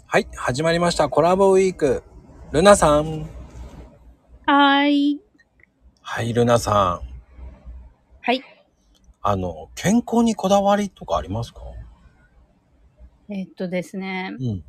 はい、始まりました。コラボウィーク。ルナさん。 はーい。 はい、ルナさん。 はい。 健康にこだわりとかありますか？ ですね。 うん。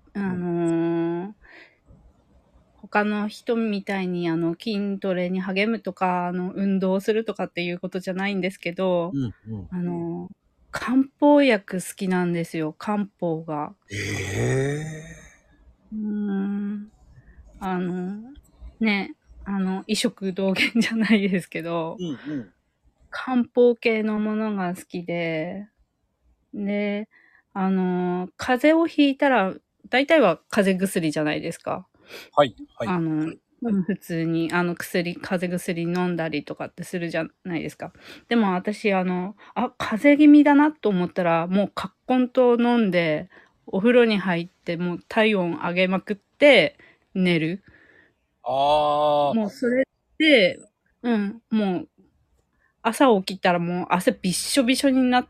他の人みたいに筋トレに励むとか、運動するとかっていうことじゃないんですけど、 うん、うん。 漢方薬好きなんですよ、漢方が。 ええうーん。あの、ね、医食同源じゃないですけど、 うん、うん。 漢方系のものが好きで、で、風邪をひいたら、大体は風邪薬じゃないですか。 はい、はい。 普通に風邪薬飲んだりとかってするじゃないですか。でも私風邪気味だなと思ったら、もう葛根湯飲んで、お風呂に入って、もう体温上げまくって寝る。 ああ、 もうそれで、もう朝起きたらもう汗びっしょびしょになって、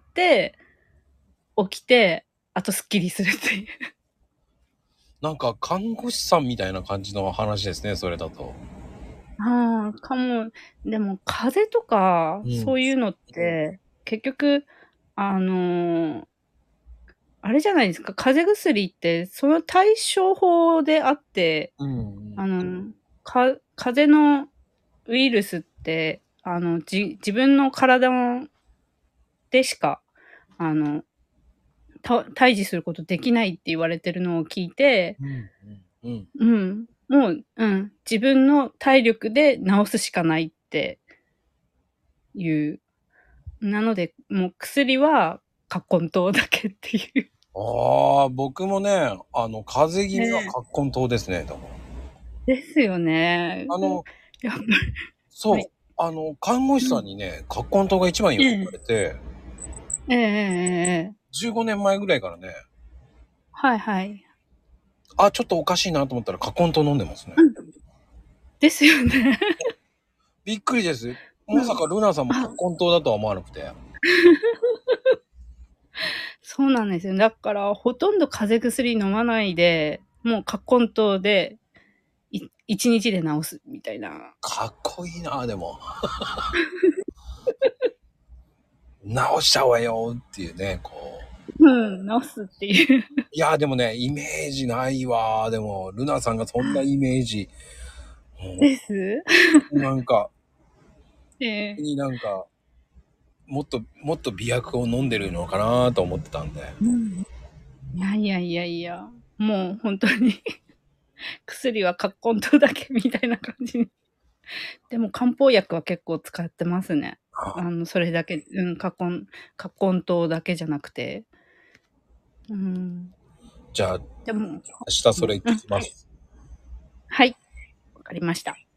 起きて、あとすっきりするっていう。 なんか看護師さんみたいな感じの話ですね、それだと。 ああ、でも風邪とか、 うん、 そういうのって、結局、あの、あれじゃないですか、風邪薬って、その対処法であって、 うん、うん。 風邪のウイルスって、自分の体でしか、あの、退治することできないって言われてるのを聞いて、 うん、うん、うん。 自分の体力で治すしかないっていう。なので、もう薬は葛根湯だけっていう。 ああ、僕もね、風邪気味はね葛根湯ですね、だから。 え。ですよね。 あの、 やっぱり、はそう、 い。 看護師さんうん。 にね、葛根湯が一番いいよって言われええ。 て、 ええええええ。 15年前ぐらいからね、 はいはい。 あ、ちょっとおかしいなと思ったら、カコンと飲んでますね。 うん。ですよね。 びっくりです。まうん。 さかルナさんもカあ、 コン糖だとは思わなくて。 そうなんですよ。だから、ほとんど風邪薬飲まないで、もう葛根湯で、1日で治すみたいな。 かっこいいな、でも。直しちゃうわよっていうね、こう。 うん、治すっていう。 いや、でもね、イメージないわ。でも、ルナさんがそんなイメージ、もです？ う、なんか、 ええ。 なんか、もっと美薬を飲んでるのかなと思ってたんで。 うん。いやいやいやいや、もうほんとに薬は葛根湯だけみたいな感じに。でも漢方薬は結構使ってますね。 あ、 それだけ、葛根湯だけじゃなくて。うん。 じゃあ、 でも、 明日それ聞きます。 はい、わかりました。